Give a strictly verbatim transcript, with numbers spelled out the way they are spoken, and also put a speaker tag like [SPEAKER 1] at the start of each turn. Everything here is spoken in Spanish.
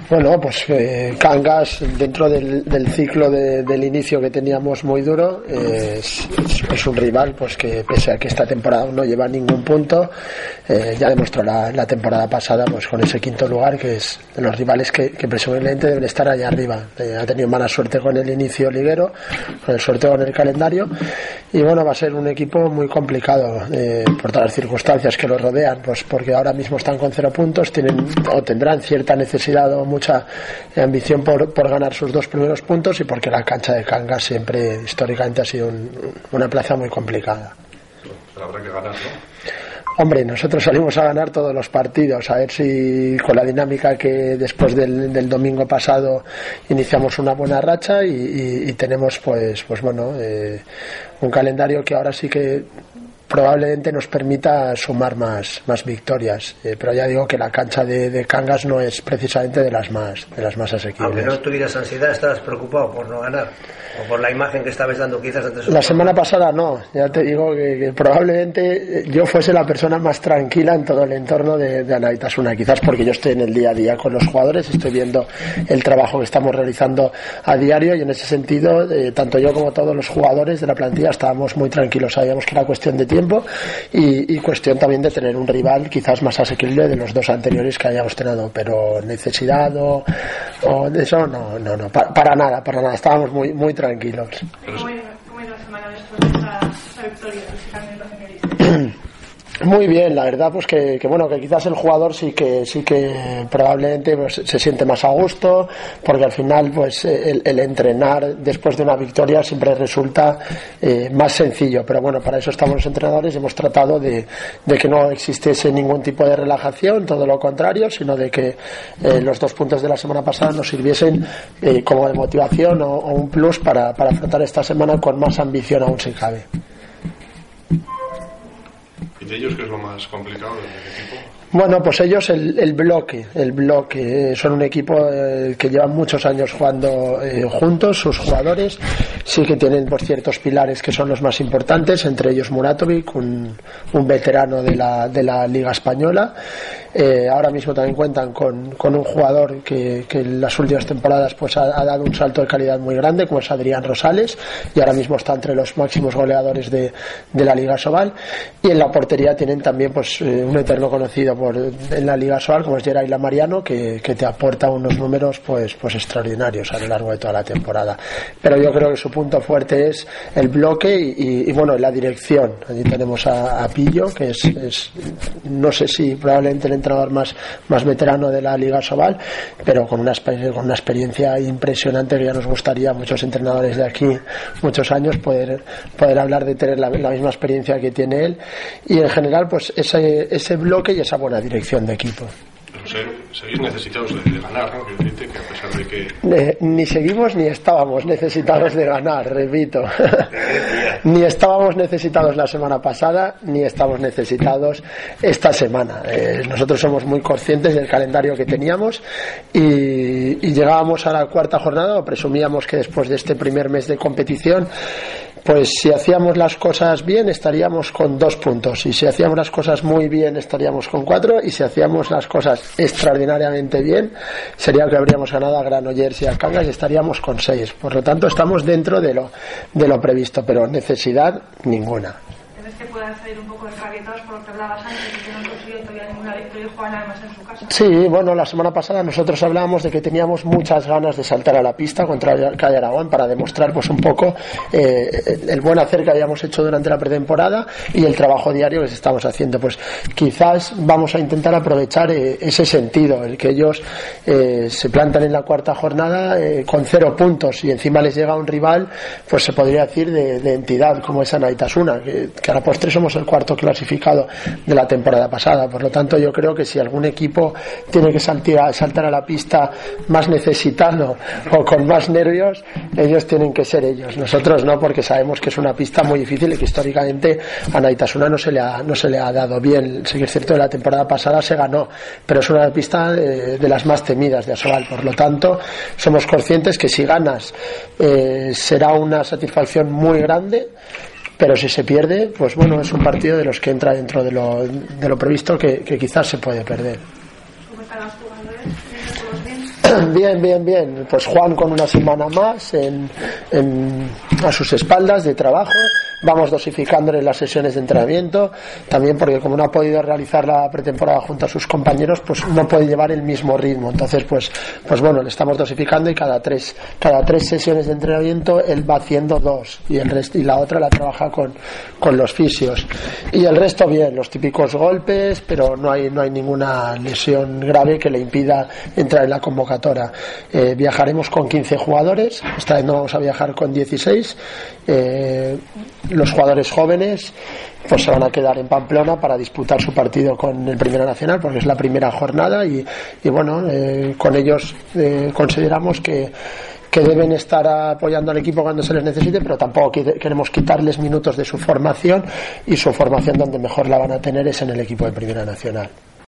[SPEAKER 1] Bueno, pues eh, Cangas, dentro del, del ciclo de, del inicio que teníamos muy duro, eh, es, es un rival pues que pese a que esta temporada no lleva ningún punto, eh, ya demostró la, la temporada pasada pues con ese quinto lugar, que es de los rivales que, que presumiblemente deben estar allá arriba. Eh, ha tenido mala suerte con el inicio liguero, con el sorteo en el calendario, y bueno, va a ser un equipo muy complicado eh, por todas las circunstancias que lo rodean, pues porque ahora mismo están con cero puntos, tienen o tendrán cierta necesidad o mucha ambición por, por ganar sus dos primeros puntos, y porque la cancha de Cangas siempre históricamente ha sido un, una plaza muy complicada.
[SPEAKER 2] Pero habrá que ganar, ¿no?
[SPEAKER 1] Hombre, nosotros salimos a ganar todos los partidos, a ver si con la dinámica que después del, del domingo pasado iniciamos una buena racha y, y, y tenemos pues pues bueno eh, un calendario que ahora sí que probablemente nos permita sumar más más victorias, eh, pero ya digo que la cancha de, de Cangas no es precisamente de las más de las más asequibles.
[SPEAKER 3] Aunque no tuvieras ansiedad, estabas preocupado por no ganar o por la imagen que estabas dando quizás antes.
[SPEAKER 1] La semana pasada no, ya te digo que, que probablemente yo fuese la persona más tranquila en todo el entorno de, de Anaitasuna, quizás porque yo estoy en el día a día con los jugadores, estoy viendo el trabajo que estamos realizando a diario, y en ese sentido eh, tanto yo como todos los jugadores de la plantilla estábamos muy tranquilos, sabíamos que era cuestión de tiempo Y, y cuestión también de tener un rival quizás más asequible de los dos anteriores que hayamos tenido, pero necesidad o, o de eso no, no, no, para, para nada, para nada, estábamos muy muy tranquilos.
[SPEAKER 4] ¿Cómo es la semana después de esa, esa victoria, ese cambio de
[SPEAKER 1] Muy bien, la verdad pues que, que bueno, que quizás el jugador sí que sí que probablemente pues, se siente más a gusto, porque al final pues el, el entrenar después de una victoria siempre resulta eh, más sencillo, pero bueno, para eso estamos los entrenadores y hemos tratado de, de que no existiese ningún tipo de relajación, todo lo contrario, sino de que eh, los dos puntos de la semana pasada nos sirviesen eh, como de motivación o, o un plus para, para afrontar esta semana con más ambición aún si cabe.
[SPEAKER 2] ¿Y de ellos qué es lo más complicado del equipo?
[SPEAKER 1] Bueno, pues ellos el, el bloque, el bloque, eh, son un equipo eh, que llevan muchos años jugando eh, juntos, sus jugadores sí que tienen por ciertos pilares que son los más importantes, entre ellos Muratovic, un, un veterano de la, de la Liga Española. Eh, ahora mismo también cuentan con, con un jugador que, que en las últimas temporadas pues ha, ha dado un salto de calidad muy grande, como es Adrián Rosales, y ahora mismo está entre los máximos goleadores de, de la Liga Sobal. Y en la portería tienen también pues eh, un eterno conocido por, en la Liga Sobal, como es Geray Mariano, que, que te aporta unos números pues, pues extraordinarios a lo largo de toda la temporada. Pero yo creo que su punto fuerte es el bloque y, y, y bueno, la dirección. Allí tenemos a, a Pillo, que es, es no sé si probablemente el entrenador más, más veterano de la Liga Sobal, pero con una, con una experiencia impresionante que ya nos gustaría a muchos entrenadores de aquí muchos años poder, poder hablar de tener la, la misma experiencia que tiene él, y en general pues ese, ese bloque y esa buena dirección de equipo.
[SPEAKER 2] Pero seguís necesitados de, de ganar, ¿no? Que, que a pesar de que...
[SPEAKER 1] Eh, ni seguimos ni estábamos necesitados de ganar, repito. Ni estábamos necesitados la semana pasada, ni estamos necesitados esta semana. Eh, nosotros somos muy conscientes del calendario que teníamos y, y llegábamos a la cuarta jornada, o presumíamos que después de este primer mes de competición, pues si hacíamos las cosas bien estaríamos con dos puntos, y si hacíamos las cosas muy bien estaríamos con cuatro, y si hacíamos las cosas extraordinariamente bien sería que habríamos ganado a Granollers y a Cangas y estaríamos con seis. Por lo tanto estamos dentro de lo, de lo previsto, pero necesidad ninguna.
[SPEAKER 4] ¿Crees que puedan salir un poco enrabietados por lo que hablabas antes, de que no han conseguido todavía ninguna victoria y juegan además en su casa?
[SPEAKER 1] Sí, bueno, la semana pasada nosotros hablábamos de que teníamos muchas ganas de saltar a la pista contra el Calle Aragón para demostrar pues un poco eh, el buen hacer que habíamos hecho durante la pretemporada y el trabajo diario que estamos haciendo. Pues quizás vamos a intentar aprovechar eh, ese sentido, el que ellos eh, se plantan en la cuarta jornada eh, con cero puntos y encima les llega un rival, pues se podría decir de, de entidad como es Anaitasuna, que, que a la postre somos el cuarto clasificado de la temporada pasada. Por lo tanto, yo creo que si algún equipo tiene que saltar, saltar a la pista más necesitado o con más nervios, ellos tienen que ser ellos. Nosotros no, porque sabemos que es una pista muy difícil y que históricamente a Anaitasuna no se le ha, no se le ha dado bien. Sí que es cierto que la temporada pasada se ganó, pero es una pista de, de las más temidas de Asobal. Por lo tanto, somos conscientes que si ganas eh, será una satisfacción muy grande, pero si se pierde, pues bueno, es un partido de los que entra dentro de lo, de lo previsto que, que quizás se puede perder.
[SPEAKER 4] ¿Cómo están los jugadores? ¿Todos bien?
[SPEAKER 1] Bien, bien, bien. Pues Juan con una semana más en, en, a sus espaldas de trabajo. Vamos dosificándole las sesiones de entrenamiento. También porque como no ha podido realizar la pretemporada junto a sus compañeros, pues no puede llevar el mismo ritmo. Entonces, pues, pues bueno, le estamos dosificando y cada tres, cada tres sesiones de entrenamiento él va haciendo dos y el resto, y la otra la trabaja con, con los fisios. Y el resto bien, los típicos golpes, pero no hay, no hay ninguna lesión grave que le impida entrar en la convocatoria. Eh, viajaremos con quince jugadores, esta vez no vamos a viajar con dieciséis. Eh, los jugadores jóvenes pues se van a quedar en Pamplona para disputar su partido con el Primera Nacional porque es la primera jornada y, y bueno, eh, con ellos eh, consideramos que que deben estar apoyando al equipo cuando se les necesite, pero tampoco queremos quitarles minutos de su formación, y su formación donde mejor la van a tener es en el equipo de Primera Nacional.